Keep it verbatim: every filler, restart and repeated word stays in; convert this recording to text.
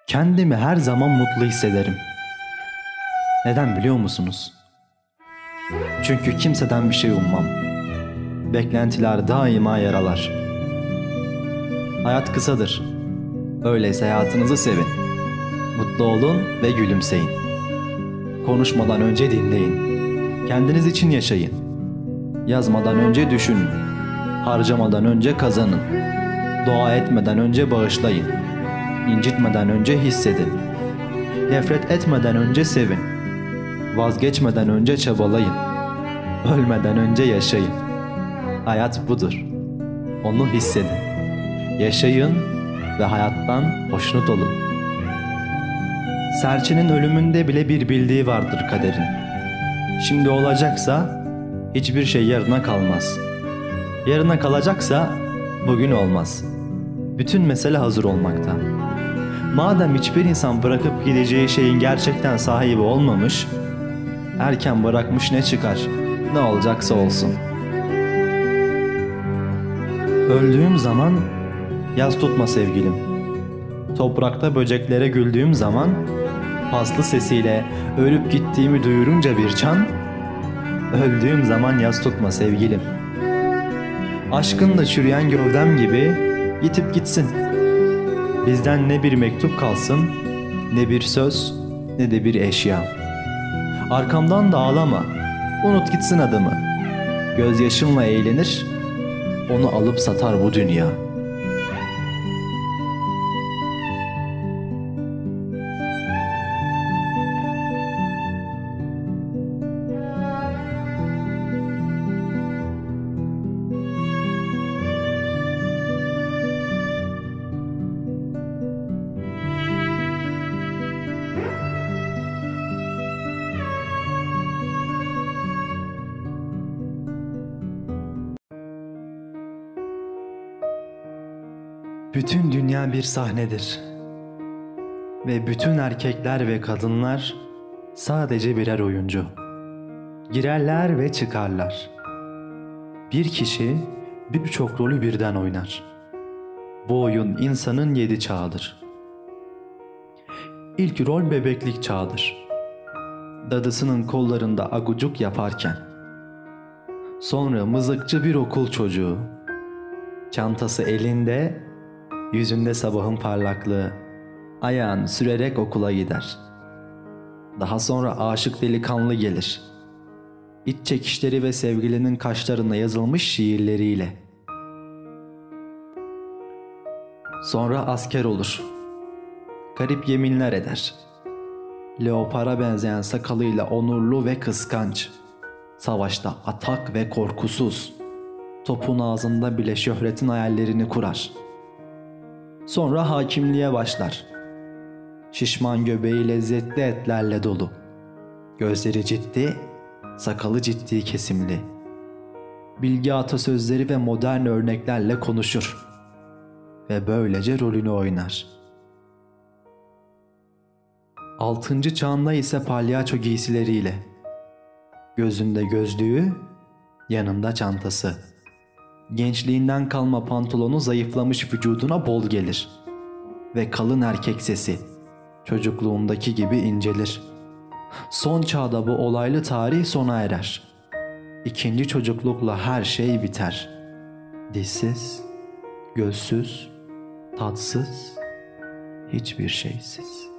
Kendimi her zaman mutlu hissederim. Neden biliyor musunuz? Çünkü kimseden bir şey ummam. Beklentiler daima yaralar. Hayat kısadır. Öyleyse hayatınızı sevin. Mutlu olun ve gülümseyin. Konuşmadan önce dinleyin. Kendiniz için yaşayın. Yazmadan önce düşünün. Harcamadan önce kazanın. Dua etmeden önce bağışlayın. İncitmeden önce hissedin. Nefret etmeden önce sevin. Vazgeçmeden önce çabalayın. Ölmeden önce yaşayın. Hayat budur. Onu hissedin. Yaşayın ve hayattan hoşnut olun. Serçenin ölümünde bile bir bildiği vardır kaderin. Şimdi olacaksa hiçbir şey yarına kalmaz. Yarına kalacaksa bugün olmaz. Bütün mesele hazır olmakta. Madem hiçbir insan bırakıp gideceği şeyin gerçekten sahibi olmamış, erken bırakmış ne çıkar? Ne olacaksa olsun. Öldüğüm zaman yaz tutma sevgilim. Toprakta böceklere güldüğüm zaman paslı sesiyle ölüp gittiğimi duyurunca bir çan, öldüğüm zaman yaz tutma sevgilim. Aşkın da çürüyen gövdem gibi yitip gitsin. Bizden ne bir mektup kalsın, ne bir söz, ne de bir eşya. Arkamdan da ağlama, unut gitsin adımı. Gözyaşımla eğlenir, onu alıp satar bu dünya. Bütün dünya bir sahnedir ve bütün erkekler ve kadınlar sadece birer oyuncu. Girerler ve çıkarlar. Bir kişi birçok rolü birden oynar. Bu oyun insanın yedi çağıdır. İlk rol bebeklik çağıdır. Dadısının kollarında agucuk yaparken. Sonra mızıkçı bir okul çocuğu. Çantası elinde, yüzünde sabahın parlaklığı, ayağını sürerek okula gider. Daha sonra aşık delikanlı gelir. İç çekişleri ve sevgilinin kaşlarına yazılmış şiirleriyle. Sonra asker olur. Garip yeminler eder. Leopara benzeyen sakalıyla onurlu ve kıskanç. Savaşta atak ve korkusuz. Topun ağzında bile şöhretin hayallerini kurar. Sonra hakimliğe başlar. Şişman göbeği lezzetli etlerle dolu. Gözleri ciddi, sakalı ciddi kesimli. Bilgi atasözleri ve modern örneklerle konuşur. Ve böylece rolünü oynar. Altıncı çağında ise palyaço giysileriyle. Gözünde gözlüğü, yanında çantası. Gençliğinden kalma pantolonu zayıflamış vücuduna bol gelir. Ve kalın erkek sesi çocukluğundaki gibi incelir. Son çağda bu olaylı tarih sona erer. İkinci çocuklukla her şey biter. Dişsiz, gözsüz, tatsız, hiçbir şeysiz.